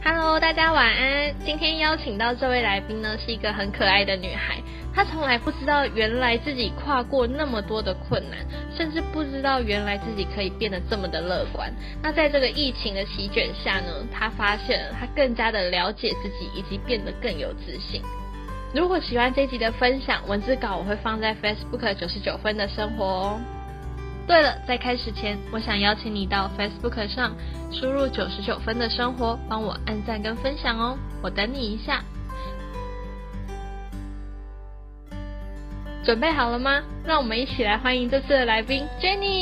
Hello， 大家晚安。今天邀请到这位来宾呢，是一个很可爱的女孩。她从来不知道原来自己跨过那么多的困难，甚至不知道原来自己可以变得这么的乐观。那在这个疫情的席卷下呢，她发现了她更加的了解自己，以及变得更有自信。如果喜欢这一集的分享，文字稿我会放在 Facebook 99分的生活哦。对了，在开始前，我想邀请你到 Facebook 上输入99分的生活，帮我按赞跟分享哦，我等你一下。准备好了吗？让我们一起来欢迎这次的来宾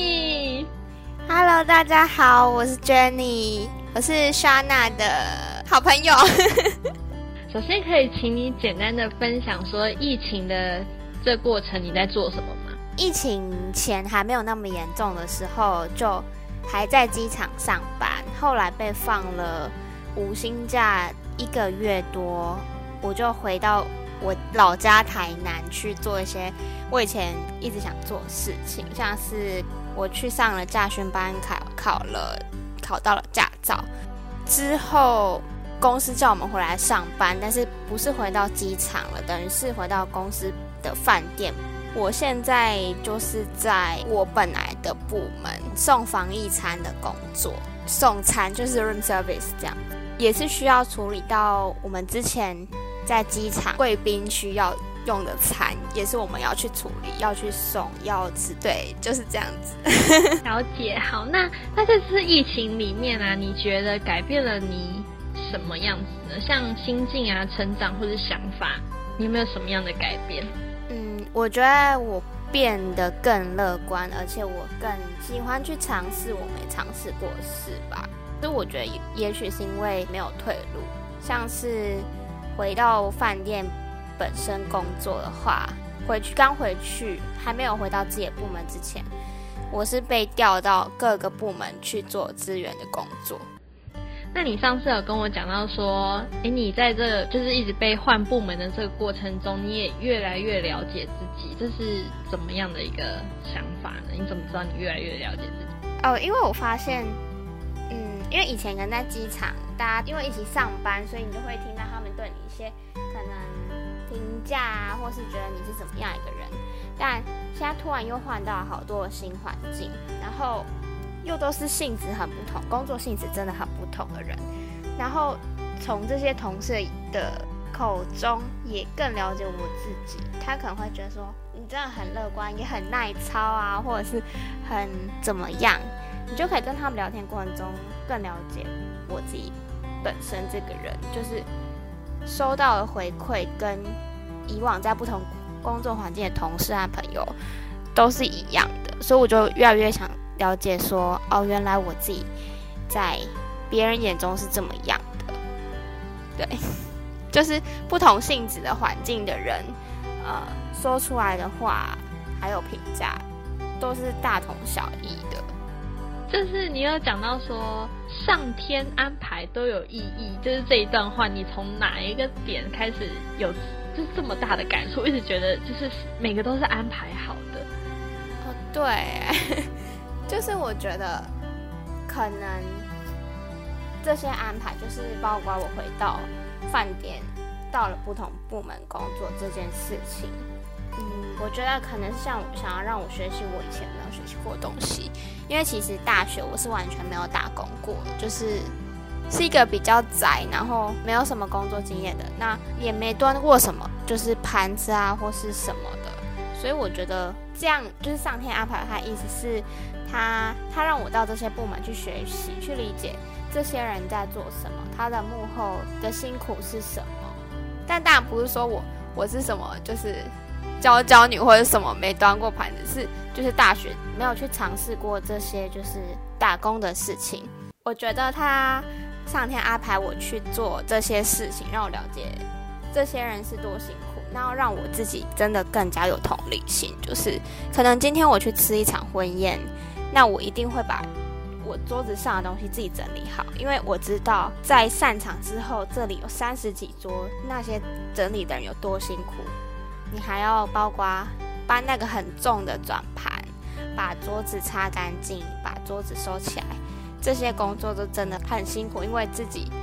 Jenny。Hello， 大家好，我是 Jenny， 我是 Shana 的好朋友。 首先可以请你简单的分享说疫情的这过程你在做什么吗？ 疫情前还没有那么严重的时候，就还在机场上班，后来被放了无薪假1个月多，我就回到我老家台南去做一些我以前一直想做的事情，像是我去上了驾训班，考到了驾照之后，公司叫我们回来上班，但是不是回到机场了，等于是回到公司的饭店。我现在就是在我本来的部门送防疫餐的工作，送餐就是 room service 这样，也是需要处理到我们之前在机场贵宾需要用的餐，也是我们要去处理，要去送，要吃，对，就是这样子。 了解。好，那在这次疫情里面啊，你觉得改变了你什么样子呢？像心境啊、成长或者想法，你有没有什么样的改变？ 我觉得我变得更乐观，而且我更喜欢去尝试我没尝试过的事吧。所以我觉得也许是因为没有退路，像是回到饭店本身工作的话，刚回去还没有回到自己的部门之前，我是被调到各个部门去做资源的工作。 那你上次有跟我讲到说，你在这个就是一直被换部门的这个过程中，你也越来越了解自己，这是怎么样的一个想法呢？你怎么知道你越来越了解自己？ 因为我发现，因为以前可能在机场，大家因为一起上班，所以你就会听到他们对你一些可能评价啊，或是觉得你是怎么样一个人。但现在突然又换到好多的新环境，然后又都是性质很不同，工作性质真的很不同的人，然后从这些同事的口中也更了解我自己。他可能会觉得说你真的很乐观，也很耐操啊，或者是很怎么样，你就可以跟他们聊天过程中更了解我自己本身这个人，就是收到的回馈跟以往在不同工作环境的同事和朋友都是一样的，所以我就越来越想了解说，原来我自己在别人眼中是这么样的。对，就是不同性质的环境的人，说出来的话还有评价都是大同小异的。 就是你有讲到说上天安排都有意义，就是这一段话你从哪一个点开始有就是这么大的感触，一直觉得就是每个都是安排好的？ 对，就是我觉得可能这些安排就是包括我回到饭店到了不同部门工作这件事情。我觉得可能是想要让我学习我以前没有学习过的东西，因为其实大学我是完全没有打工过，就是一个比较宅，然后没有什么工作经验的，那也没端过什么就是盘子啊或是什么的，所以我觉得这样就是上天安排，他意思是他让我到这些部门去学习，去理解这些人在做什么，他的幕后的辛苦是什么。但当然不是说我是什么就是娇女或者什么没端过盘子，就是大学没有去尝试过这些就是打工的事情。我觉得他上天安排我去做这些事情，让我了解这些人是多辛苦，然后让我自己真的更加有同理心。就是可能今天我去吃一场婚宴，那我一定会把我桌子上的东西自己整理好，因为我知道在散场之后这里有30几桌，那些整理的人有多辛苦。你还要包括搬那个很重的转盘，把桌子擦干净，把桌子收起来，这些工作都真的很辛苦，因为自己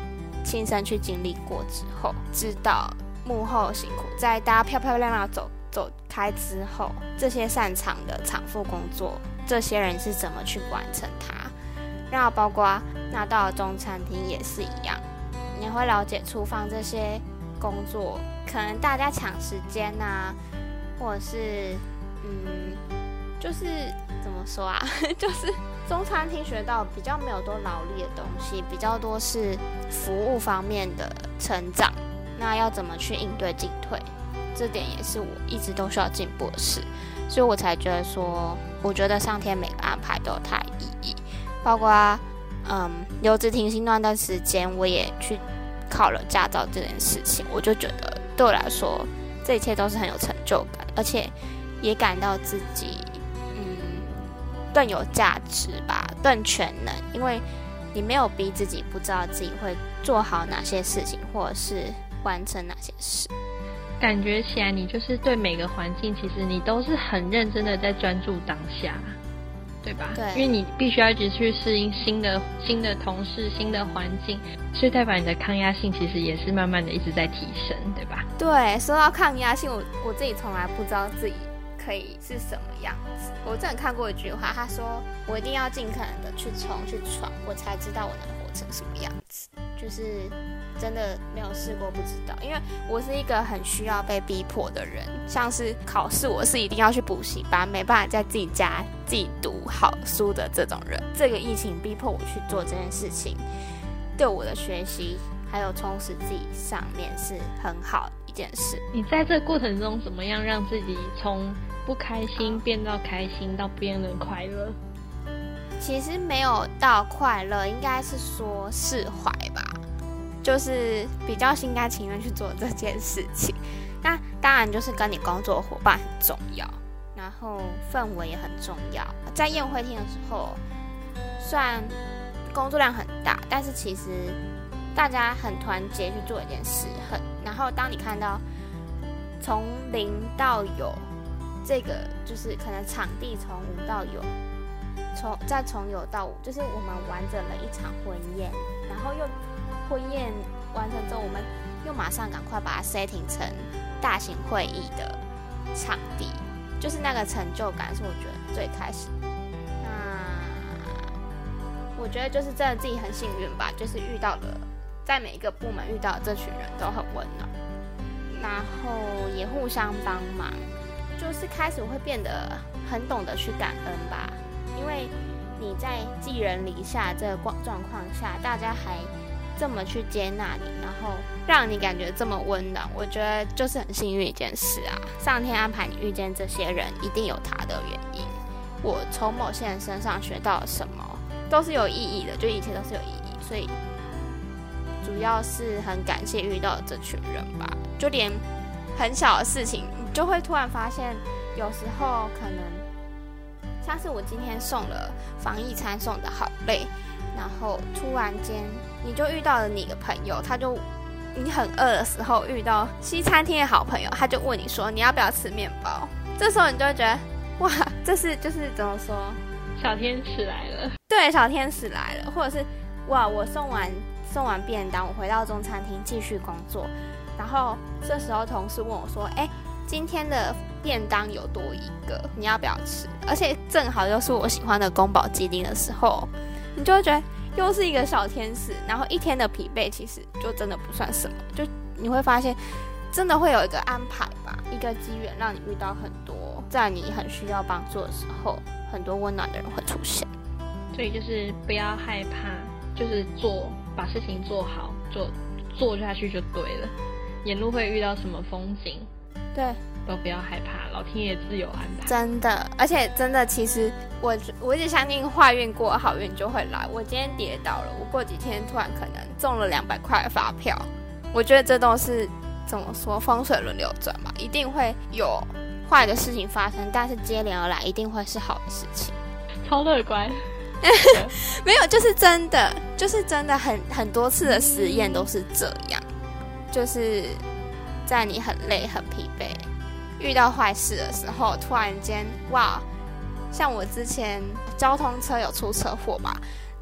亲身去经历过之后，知道幕后辛苦，在大家漂漂亮亮走开之后，这些擅长的场副工作，这些人是怎么去完成它。然后包括拿到中餐厅也是一样，你会了解厨房这些工作，可能大家抢时间啊，或者是就是怎么说啊，就是中餐厅学到比较没有多劳力的东西，比较多是服务方面的成长。那要怎么去应对进退，这点也是我一直都需要进步的事，所以我才觉得说，我觉得上天每个安排都有它的意义，包括留职停薪那段时间，我也去考了驾照这件事情，我就觉得对我来说，这一切都是很有成就感，而且也感到自己更有价值吧，更全能，因为你没有逼自己不知道自己会做好哪些事情，或者是完成哪些事。 感觉起来你就是对每个环境，其实你都是很认真的在专注当下，对吧？ 对， 因为你必须要一直去适应新的同事、新的环境，所以代表你的抗压性其实也是慢慢的一直在提升，对吧？ 对，说到抗压性，我自己从来不知道自己可以是什么样子。我之前看过一句话，他说我一定要尽可能的去冲去闯，我才知道我能活成什么样子。就是真的没有试过不知道，因为我是一个很需要被逼迫的人，像是考试我是一定要去补习班，没办法在自己家自己读好书的这种人。这个疫情逼迫我去做这件事情，对我的学习还有充实自己上面是很好的一件事。 你在这个过程中怎么样让自己从不开心变到开心，到变得快乐？ 其实没有到快乐，应该是说释怀吧，就是比较心甘情愿去做这件事情。那当然就是跟你工作的伙伴很重要，然后氛围也很重要。在宴会厅的时候，虽然工作量很大，但是其实大家很团结去做一件事，然后当你看到从零到有，这个就是可能场地从无到有，再从有到无，就是我们完整了一场婚宴，然后又婚宴完成之后，我们又马上赶快把它 setting 成大型会议的场地，就是那个成就感是我觉得最开始。那我觉得就是真的自己很幸运吧，就是遇到了在每一个部门遇到的这群人都很温暖，然后也互相帮忙，就是开始会变得很懂得去感恩吧。因为你在寄人篱下这个状况下，大家还这么去接纳你，然后让你感觉这么温暖，我觉得就是很幸运一件事啊。上天安排你遇见这些人，一定有他的原因。我从某些人身上学到了什么，都是有意义的，就一切都是有意义。所以主要是很感谢遇到的这群人吧。就连很小的事情，你就会突然发现，有时候可能像是我今天送了防疫餐送的好累，然后突然间你就遇到了你的朋友，你很饿的时候遇到西餐厅的好朋友，他就问你说你要不要吃面包，这时候你就会觉得哇，这是就是怎么说， 小天使来了。 对，小天使来了。或者是哇，我送完便当，我回到中餐厅继续工作，然后这时候同事问我说今天的便当有多一个，你要不要吃？而且正好又是我喜欢的宫保鸡丁的时候，你就会觉得又是一个小天使，然后一天的疲惫其实就真的不算什么，就你会发现真的会有一个安排吧，一个机缘让你遇到很多在你很需要帮助的时候，很多温暖的人会出现。 所以就是不要害怕，就是把事情做好，做下去就对了。沿路会遇到什么风景， 对， 都不要害怕，老天爷自有安排。 真的，而且真的，其实我一直相信坏运过好运就会来。我今天跌倒了，我过几天突然可能中了200块的发票，我觉得这都是怎么说，风水轮流转嘛，一定会有坏的事情发生，但是接连而来一定会是好的事情。 超乐观。 没有，就是真的很多次的实验都是这样，就是在你很累很疲惫遇到坏事的时候，突然间哇，像我之前交通车有出车祸吧，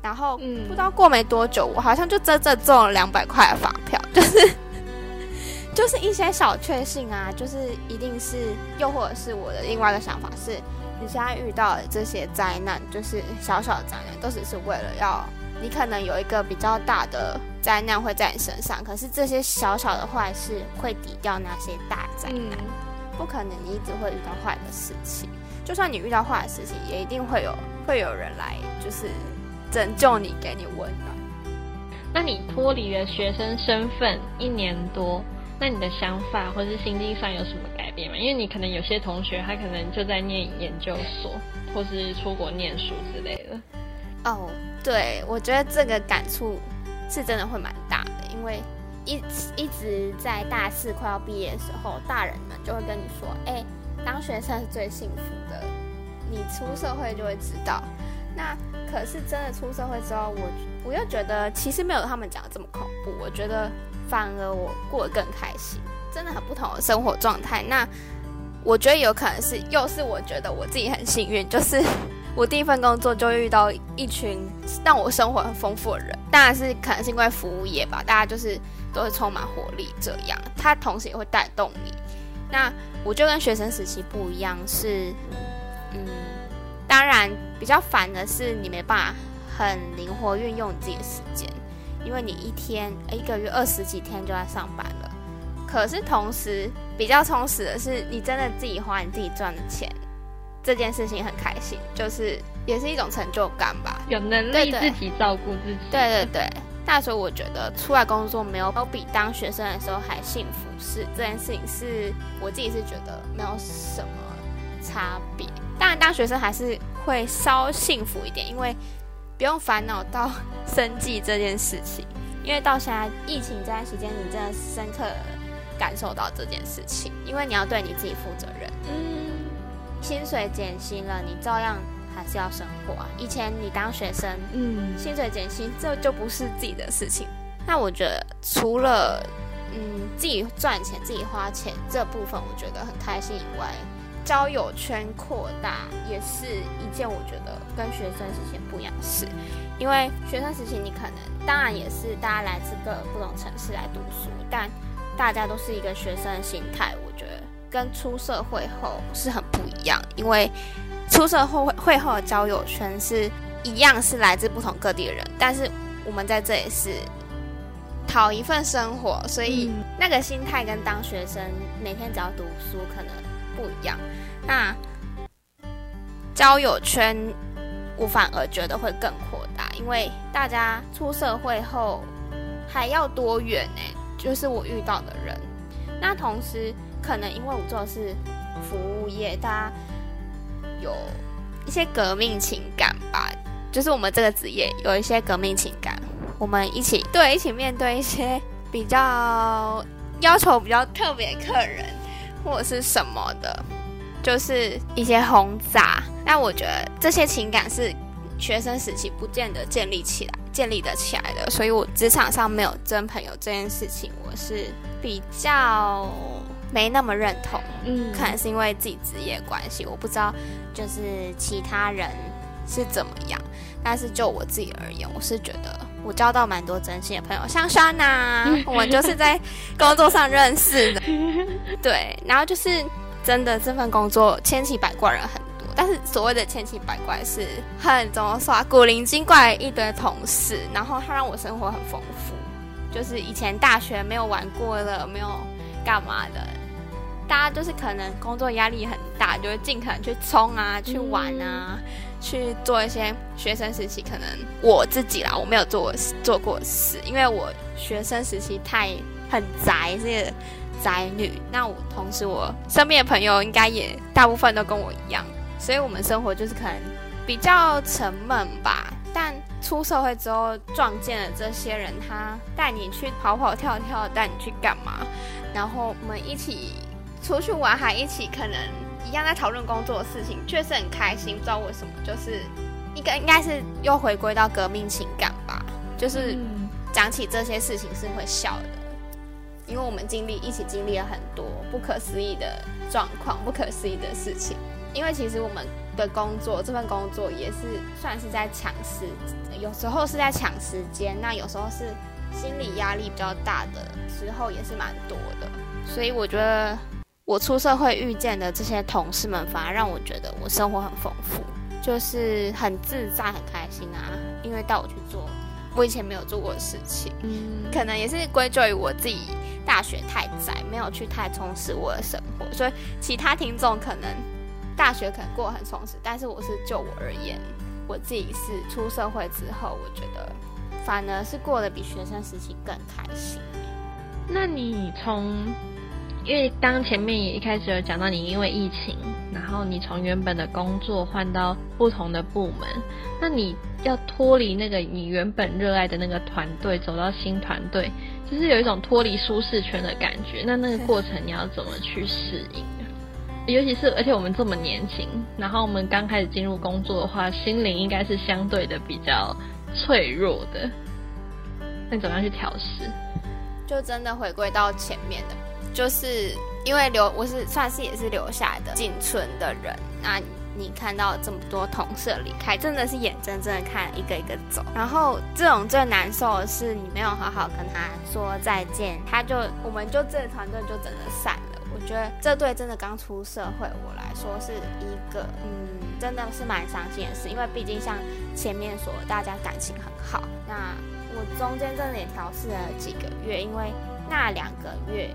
然后不知道过没多久，我好像就真正中了200块的发票，就是一些小确幸啊，就是一定是，又或者是我的另外一个想法是，你现在遇到的这些灾难，就是小小的灾难，都只是为了要你可能有一个比较大的灾难会在你身上，可是这些小小的坏事会抵掉那些大灾难，不可能你一直会遇到坏的事情，就算你遇到坏的事情，也一定会有人来就是拯救你，给你温暖。 那你脱离了学生身份1年多，那你的想法或是心境上有什么改变吗？因为你可能有些同学他可能就在念研究所，或是出国念书之类的。 哦，对，我觉得这个感触是真的会蛮大的，因为一直在大4快要毕业的时候，大人们就会跟你说，当学生是最幸福的，你出社会就会知道。那可是真的出社会之后，我又觉得其实没有他们讲的这么恐怖，我觉得反而我过得更开心，真的很不同的生活状态。那我觉得有可能是又是我觉得我自己很幸运，就是我第一份工作就遇到一群让我生活很丰富的人，当然是可能是因为服务业吧，大家就是都是充满活力这样，它同时也会带动你。那我就跟学生时期不一样，是当然比较烦的是你没办法很灵活运用你自己的时间，因为你一个月20几天就在上班了。可是同时比较充实的是，你真的自己花你自己赚的钱，这件事情很开心，就是也是一种成就感吧， 有能力自己照顾自己。 对。那所以我觉得出来工作没有比当学生的时候还幸福，是这件事情是我自己是觉得没有什么差别。当然当学生还是会稍幸福一点，因为不用烦恼到生计这件事情，因为到现在疫情这段时间，你真的深刻感受到这件事情，因为你要对你自己负责任。薪水减薪了，你照样还是要生活啊。以前你当学生，薪水减薪，这就不是自己的事情。那我觉得除了自己赚钱、自己花钱这部分，我觉得很开心以外，交友圈扩大也是一件我觉得跟学生时期不一样的事。因为学生时期你可能当然也是大家来自各不同城市来读书，但大家都是一个学生的心态，我觉得跟出社会后是很不一样。因为出社会后的交友圈是一样是来自不同各地的人，但是我们在这里是讨一份生活，所以那个心态跟当学生每天只要读书可能不一样。那交友圈我反而觉得会更扩大，因为大家出社会后还要多元就是我遇到的人。那同时可能因为我做的是服务业，大家有一些革命情感吧，就是我们这个职业有一些革命情感，我们一起面对一些比较要求比较特别的客人或者是什么的，就是一些轰炸。那我觉得这些情感是学生时期不见得建立得起来的，所以我职场上没有真朋友这件事情，我是比较没那么认同。可能是因为自己职业关系，我不知道就是其他人是怎么样，但是就我自己而言，我是觉得我交到蛮多真心的朋友，像珊娜，我们就是在工作上认识的。对，然后就是真的这份工作千奇百怪人很多，但是所谓的千奇百怪是很怎么说古灵精怪一堆同事，然后他让我生活很丰富，就是以前大学没有玩过的，没有干嘛的，大家就是可能工作压力很大，就会尽可能去冲啊，去玩啊，去做一些学生时期可能我自己啦我没有做过的事，因为我学生时期很宅，是宅女。那我同时我身边的朋友应该也大部分都跟我一样，所以我们生活就是可能比较沉闷吧。但出社会之后撞见了这些人，他带你去跑跑跳跳，带你去干嘛，然后我们一起出去玩，还一起可能一样在讨论工作的事情，确实很开心。不知道为什么，就是应该是又回归到革命情感吧，就是讲起这些事情是会笑的，因为我们一起经历了很多不可思议的状况，不可思议的事情。 因为其实我们的这份工作也是算是在抢有时候是在抢时间，那有时候是心理压力比较大的时候也是蛮多的。所以我觉得我出社会遇见的这些同事们，反而让我觉得我生活很丰富，就是很自在很开心啊，因为带我去做我以前没有做过的事情。可能也是归咎于我自己大学太宅，没有去太充实我的生活，所以其他听众可能大学可能过得很充实，但是就我而言，我自己是出社会之后，我觉得反而是过得比学生时期更开心。 那你因为刚前面也一开始有讲到你因为疫情，然后你从原本的工作换到不同的部门，那你要脱离那个你原本热爱的那个团队，走到新团队，就是有一种脱离舒适圈的感觉。那个过程你要怎么去适应？尤其是而且我们这么年轻，然后我们刚开始进入工作的话，心灵应该是相对的比较脆弱的。那你怎么样去调试？ 就真的回归到前面的，就是因为我是算是也是留下来的仅存的人，那你看到这么多同事离开，真的是眼睁睁的看一个一个走。然后这种最难受的是，你没有好好跟他说再见，我们就这个团队就真的散了。我觉得这对真的刚出社会我来说是一个真的是蛮伤心的事，因为毕竟像前面说大家感情很好，那我中间真的也调试了几个月，因为那2个月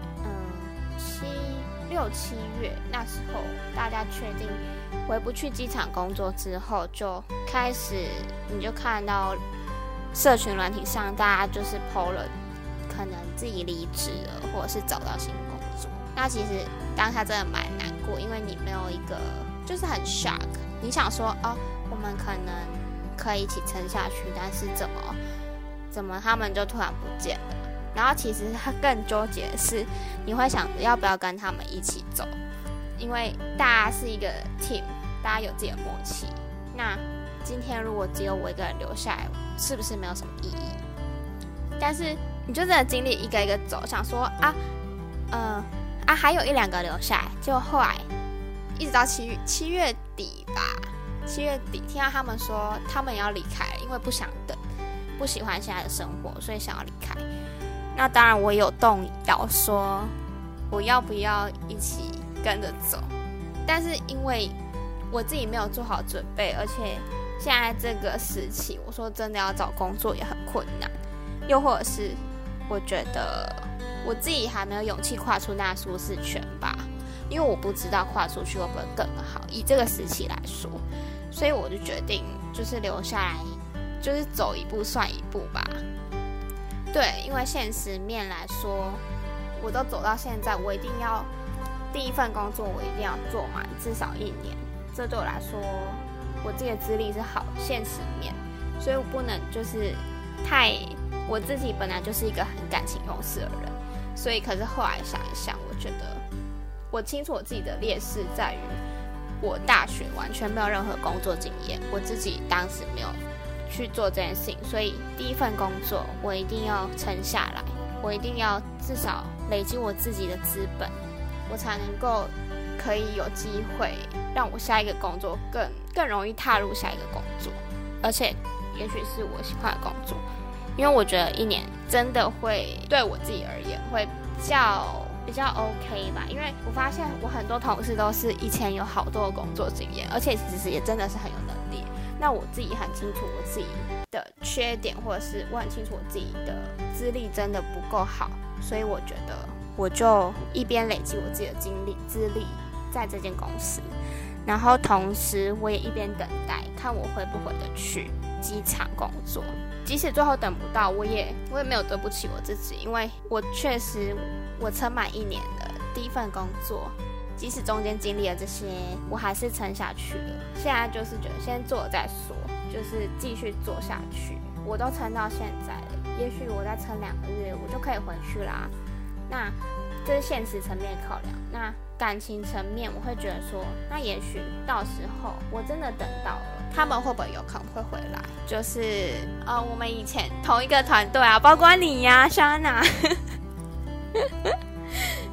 6、7月那时候大家确定回不去机场工作之后，就开始你就看到社群软体上大家就是 po 了可能自己离职了或者是找到新工作。那其实当下真的蛮难过，因为你没有一个就是很 shock， 你想说我们可能可以一起撑下去，但是怎么他们就突然不见了。然后其实他更纠结的是，你会想着要不要跟他们一起走，因为大家是一个 team， 大家有自己的默契。那今天如果只有我一个人留下来，是不是没有什么意义？但是你就真的经历一个一个走，想说还有1-2个留下来，结果后来一直到7月底吧，7月底听到他们说他们也要离开了，因为不想等，不喜欢现在的生活，所以想要离开。那当然我有动摇说我要不要一起跟着走，但是因为我自己没有做好准备，而且现在这个时期我说真的要找工作也很困难，又或者是我觉得我自己还没有勇气跨出那舒适圈吧，因为我不知道跨出去会不会更好，以这个时期来说，所以我就决定就是留下来，就是走一步算一步吧。对，因为现实面来说，我都走到现在，我一定要第一份工作我一定要做满至少1年，这对我来说我自己的资历是好现实面，所以我不能就是我自己本来就是一个很感情用事的人，所以可是后来想一想，我觉得我清楚我自己的劣势在于我大学完全没有任何工作经验，我自己当时没有去做这件事情，所以第一份工作我一定要撑下来，我一定要至少累积我自己的资本，我才能够可以有机会让我下一个工作更容易踏入下一个工作，而且也许是我喜欢的工作，因为我觉得1年真的会对我自己而言会比较 OK 吧，因为我发现我很多同事都是以前有好多的工作经验，而且其实也真的是很有能力。那我自己很清楚我自己的缺点，或者是我很清楚我自己的资历真的不够好，所以我觉得我就一边累积我自己的资历在这间公司，然后同时我也一边等待看我回不回得去机场工作。即使最后等不到，我也没有对不起我自己，因为我确实我撑满1年了，第一份工作即使中间经历了这些，我还是撑下去了。现在就是觉得先做了再说，就是继续做下去。我都撑到现在了，也许我再撑2个月，我就可以回去啦。那这是现实层面考量。那感情层面，我会觉得说，那也许到时候我真的等到了，他们会不会有可能会回来？就是我们以前同一个团队啊，包括你呀，莎娜。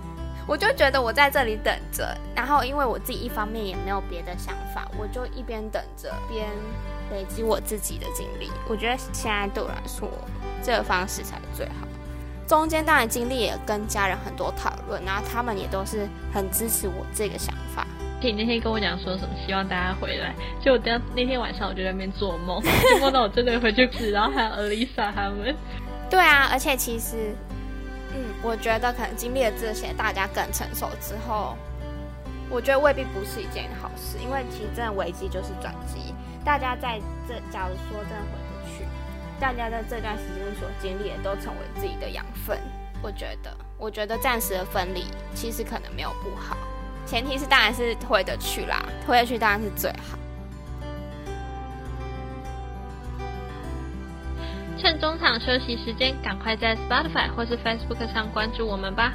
我就觉得我在这里等着，然后因为我自己一方面也没有别的想法，我就一边等着边累积我自己的经历。我觉得现在对我来说这个方式才是最好。中间当然经历也跟家人很多讨论，然后他们也都是很支持我这个想法。 你那天跟我讲说什么希望大家回来，就我那天晚上我就在那边做梦，就梦到我真的回去吃，然后还有 Alisa 他们。 对啊，而且其实我觉得可能经历了这些，大家更成熟之后，我觉得未必不是一件好事，因为其实真的危机就是转机。大家在假如说真的回得去，大家在这段时间所经历的都成为自己的养分。我觉得暂时的分离其实可能没有不好，前提是当然是回得去啦，回得去当然是最好。 趁中场休息时间，赶快在 Spotify 或是 Facebook 上关注我们吧。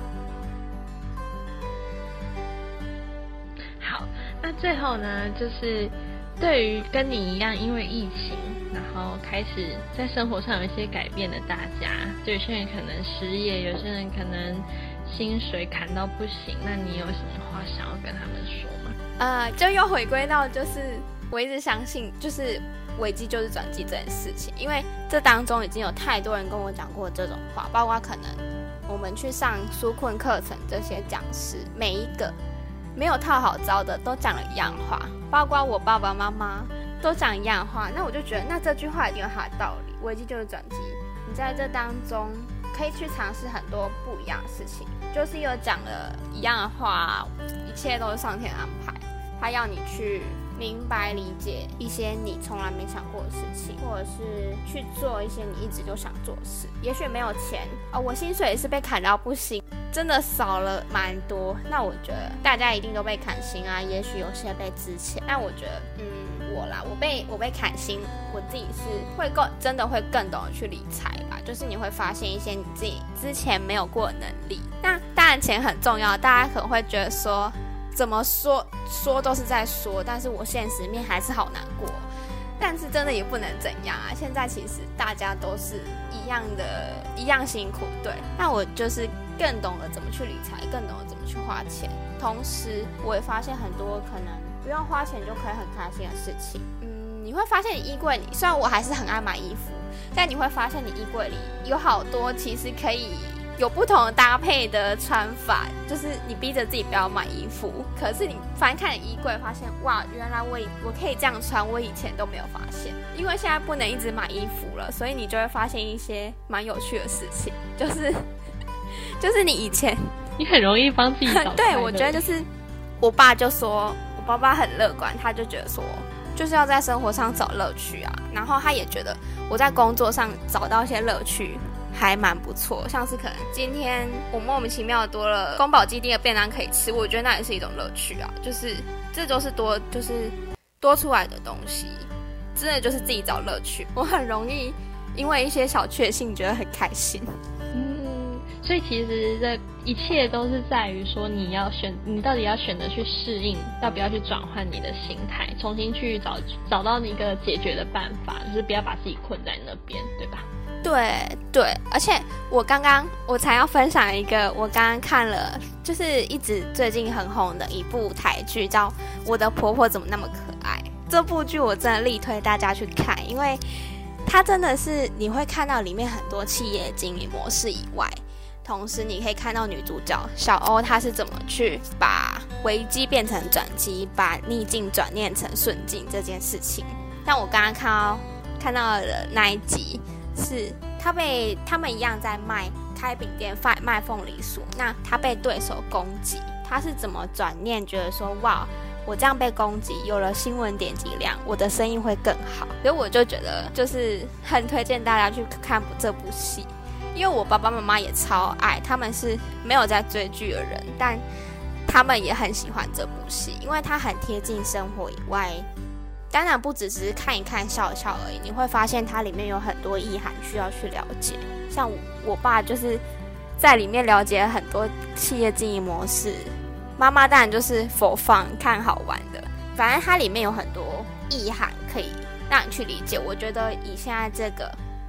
好，那最后呢，就是对于跟你一样因为疫情然后开始在生活上有一些改变的大家，就有些人可能失业，有些人可能薪水砍到不行，那你有什么话想要跟他们说吗？ 就又回归到就是我一直相信就是危机就是转机这件事情，因为这当中已经有太多人跟我讲过这种话，包括可能我们去上纾困课程，这些讲师每一个没有套好招的都讲了一样话，包括我爸爸妈妈都讲一样话。那我就觉得那这句话一定有它的道理，危机就是转机，你在这当中可以去尝试很多不一样的事情，就是有讲了一样的话，一切都是上天安排，他要你去明白理解一些你从来没想过的事情，或者是去做一些你一直就想做的事。也许没有钱我薪水也是被砍到不行，真的少了蛮多，那我觉得大家一定都被砍薪啊，也许有些被资遣，但我觉得我被砍薪，我自己是真的会更懂得去理财吧，就是你会发现一些你自己之前没有过的能力。那当然钱很重要，大家可能会觉得说怎么说都是在说，但是我现实面还是好难过，但是真的也不能怎样啊，现在其实大家都是一样辛苦，对，那我就是更懂得怎么去理财，更懂得怎么去花钱，同时我也发现很多可能不用花钱就可以很开心的事情。你会发现你衣柜里，虽然我还是很爱买衣服，但你会发现你衣柜里有好多其实可以有不同的搭配的穿法，就是你逼着自己不要买衣服，可是你翻看衣柜发现，哇，原来我可以这样穿，我以前都没有发现。因为现在不能一直买衣服了，所以你就会发现一些蛮有趣的事情，就是你以前你很容易帮自己找对，我觉得就是我爸就说，我爸爸很乐观，他就觉得说就是要在生活上找乐趣啊，然后他也觉得我在工作上找到一些乐趣还蛮不错，像是可能今天我莫名其妙多了宫保鸡丁的便当可以吃，我觉得那也是一种乐趣啊，就是这都是多出来的东西，真的就是自己找乐趣。我很容易因为一些小确幸觉得很开心。 所以其实这一切都是在于说你到底要选择去适应，要不要去转换你的心态，重新去找到一个解决的办法，就是不要把自己困在那边，对吧？ 对，而且我才要分享一个我刚刚看了，就是一直最近很红的一部台剧，叫《我的婆婆怎么那么可爱》。这部剧我真的力推大家去看，因为它真的是你会看到里面很多企业经营模式以外，同时你可以看到女主角小欧她是怎么去把危机变成转机，把逆境转念成顺境这件事情。像我刚刚看到的那一集是他们一样在开饼店卖凤梨酥，那他被对手攻击，他是怎么转念觉得说，哇，我这样被攻击有了新闻点击量，我的生意会更好。所以我就觉得就是很推荐大家去看这部戏，因为我爸爸妈妈也超爱，他们是没有在追剧的人，但他们也很喜欢这部戏，因为它很贴近生活以外，当然不只是看一看笑一笑而已，你会发现它里面有很多意涵需要去了解。像我爸就是在里面了解很多企业经营模式，妈妈当然就是for fun看好玩的，反正它里面有很多意涵可以让你去理解。我觉得以现在这个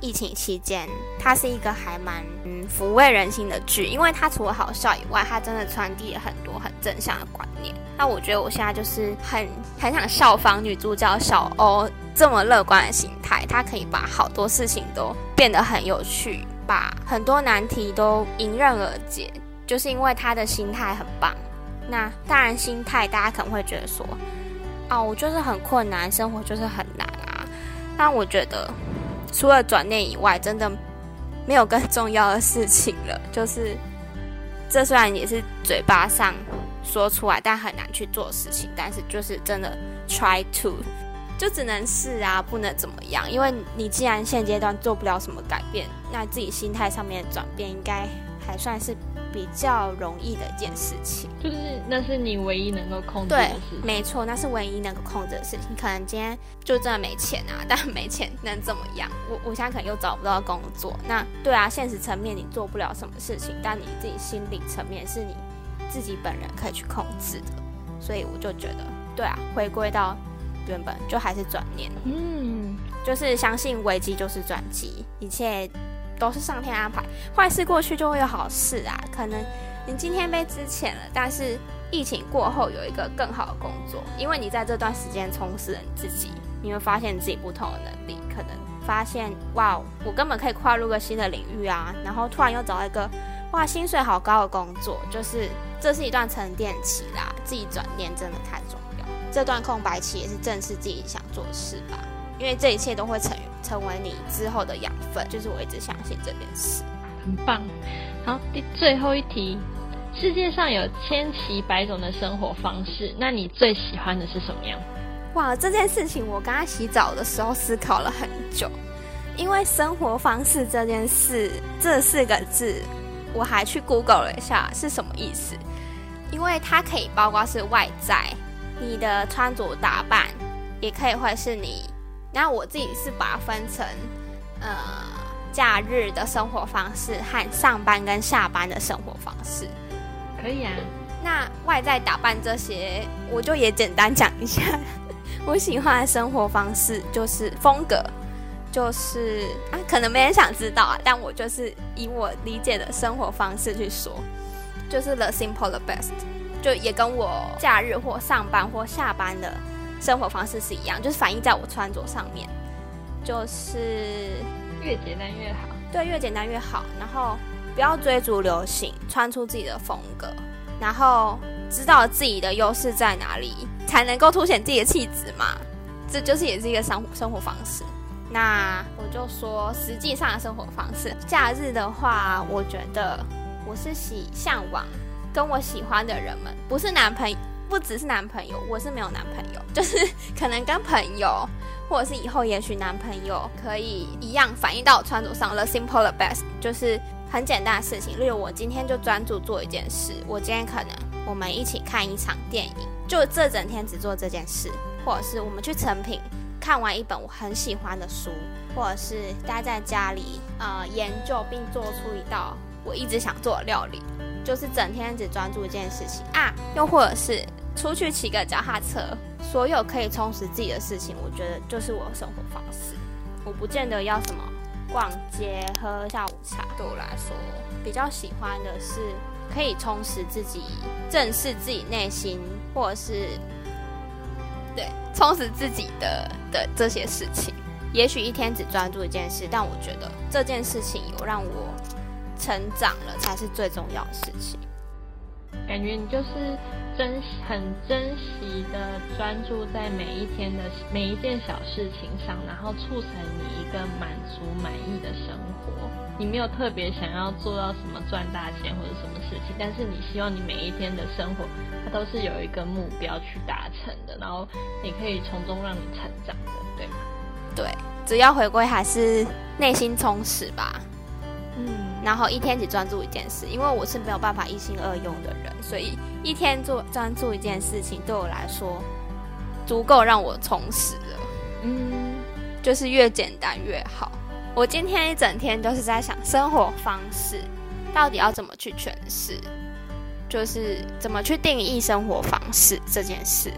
疫情期间，它是一个还蛮抚慰人心的剧，因为它除了好笑以外，它真的传递了很多很正向的观念。那我觉得我现在就是很想效仿女主角小欧这么乐观的心态，她可以把好多事情都变得很有趣，把很多难题都迎刃而解，就是因为她的心态很棒。那当然心态大家可能会觉得说我就是很困难，生活就是很难啊。但我觉得除了转念以外，真的没有更重要的事情了。就是这虽然也是嘴巴上说出来，但很难去做的事情，但是就是真的 try to， 就只能试啊，不能怎么样。因为你既然现阶段做不了什么改变，那自己心态上面的转变应该还算是比较容易的一件事情。 就是那是你唯一能够控制的事情。 对，没错，那是唯一能够控制的事情。可能今天就真的没钱啊，但没钱能怎么样？我现在可能又找不到工作。那对啊，现实层面你做不了什么事情，但你自己心理层面是你自己本人可以去控制的。所以我就觉得，对啊，回归到原本就还是转念。就是相信危机就是转机，一切都是上天安排，坏事过去就会有好事啊。可能你今天被资遣了，但是疫情过后有一个更好的工作，因为你在这段时间充实了你自己，你会发现自己不同的能力，可能发现哇，我根本可以跨入个新的领域啊，然后突然又找到一个哇薪水好高的工作，就是这是一段沉淀期啦，自己转念真的太重要。这段空白期也是正视自己想做的事吧，因为这一切都会成为你之后的养分，就是我一直相信这件事。 很棒。好，最后一题，世界上有千奇百种的生活方式，那你最喜欢的是什么样？ 哇，这件事情我刚刚洗澡的时候思考了很久，因为生活方式这件事这4个字我还去 Google 了一下是什么意思，因为它可以包括是外在你的穿着打扮，也可以会是你，那我自己是把它分成假日的生活方式和上班跟下班的生活方式。 可以啊。 那外在打扮这些我就也简单讲一下我喜欢的生活方式就是风格，就是可能没人想知道但我就是以我理解的生活方式去说，就是 the simple the best， 就也跟我假日或上班或下班的生活方式是一样，就是反映在我穿着上面，就是越简单越好。 对，越简单越好，然后不要追逐流行，穿出自己的风格，然后知道自己的优势在哪里，才能够凸显自己的气质嘛。这就是也是一个生活方式。那我就说实际上的生活方式，假日的话，我觉得我是向往跟我喜欢的人们，不只是男朋友，我是没有男朋友，就是可能跟朋友，或者是以后也许男朋友可以一样反映到我穿着上 the simple the best， 就是很简单的事情，例如我今天就专注做一件事，我今天可能我们一起看一场电影，就这整天只做这件事，或者是我们去诚品看完一本我很喜欢的书，或者是待在家里研究并做出一道我一直想做的料理，就是整天只专注一件事情又或者是出去骑个脚踏车，所有可以充实自己的事情，我觉得就是我的生活方式。我不见得要什么逛街喝下午茶，对我来说比较喜欢的是可以充实自己，正视自己内心，或者是对充实自己的这些事情。也许一天只专注一件事，但我觉得这件事情有让我成长了，才是最重要的事情。 感觉你就是很珍惜的专注在每一天的每一件小事情上，然后促成你一个满足满意的生活。你没有特别想要做到什么赚大钱或者什么事情，但是你希望你每一天的生活它都是有一个目标去达成的，然后你可以从中让你成长的，对吗？ 对，只要回归还是内心充实吧。然后一天只专注一件事，因为我是没有办法一心二用的人，所以一天专注一件事情对我来说足够让我充实了。就是越简单越好。我今天一整天都是在想生活方式到底要怎么去诠释，就是怎么去定义生活方式这件事，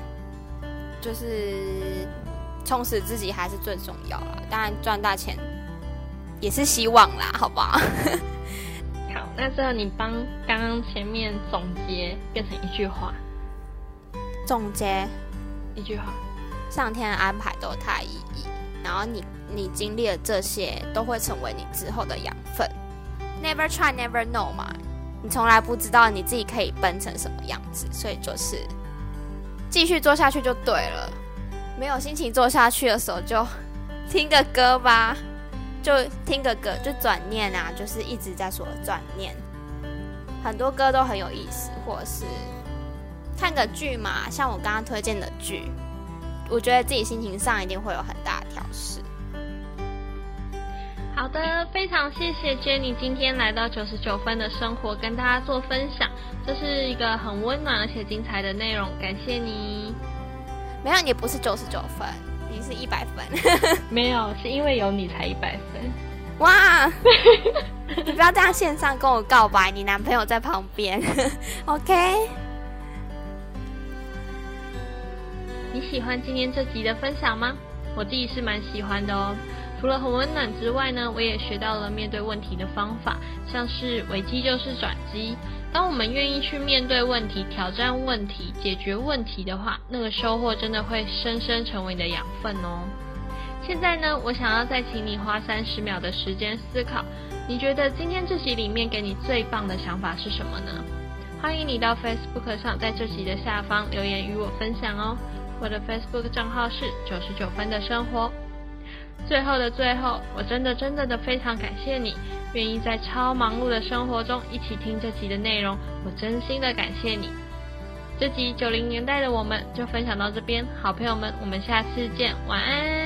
就是充实自己还是最重要啦。当然赚大钱也是希望啦，好不好？ 好，那最后你帮刚刚前面总结变成一句话。 总结一句话， 上天的安排都有它的意义，然后你经历了这些，都会成为你之后的养分。Never try, never know 嘛，你从来不知道你自己可以奔成什么样子，所以就是继续做下去就对了。没有心情做下去的时候，就听个歌吧，就听个歌，就转念啊，就是一直在说转念。很多歌都很有意思，或者是看个剧嘛，像我刚刚推荐的剧，我觉得自己心情上一定会有很大的调试。 好的，非常谢谢 Jenny 今天来到99分的生活跟大家做分享，这是一个很温暖而且精彩的内容，感谢你。 没有，你不是99分，你是100分。 没有，是因为有你才100分。 哇，你不要这样线上跟我告白，你男朋友在旁边。OK。 你喜欢今天这集的分享吗？我自己是蛮喜欢的哦。除了很温暖之外呢，我也学到了面对问题的方法，像是危机就是转机。当我们愿意去面对问题、挑战问题、解决问题的话，那个收获真的会深深成为你的养分哦。现在呢，我想要再请你花30秒的时间思考，你觉得今天这集里面给你最棒的想法是什么呢？欢迎你到 Facebook 上，在这集的下方留言与我分享哦。我的 Facebook 账号是99分的生活。最后的最后，我真的非常感谢你愿意在超忙碌的生活中一起听这集的内容，我真心的感谢你。这集90年代的我们就分享到这边，好朋友们，我们下次见，晚安。